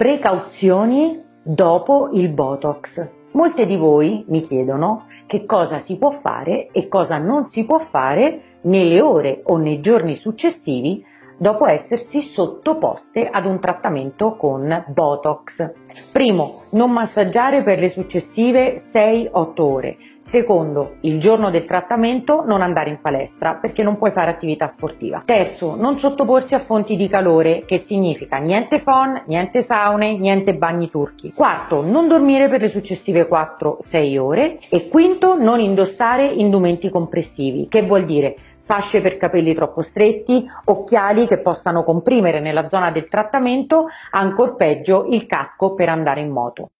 Precauzioni dopo il Botox. Molte di voi mi chiedono che cosa si può fare e cosa non si può fare nelle ore o nei giorni successivi dopo essersi sottoposte ad un trattamento con Botox. Primo, non massaggiare per le successive 6-8 ore. Secondo, il giorno del trattamento non andare in palestra perché non puoi fare attività sportiva. Terzo, non sottoporsi a fonti di calore, che significa niente phon, niente saune, niente bagni turchi. Quarto, non dormire per le successive 4-6 ore. E quinto, non indossare indumenti compressivi, che vuol dire fasce per capelli troppo stretti, occhiali che possano comprimere nella zona del trattamento, ancor peggio il casco per andare in moto.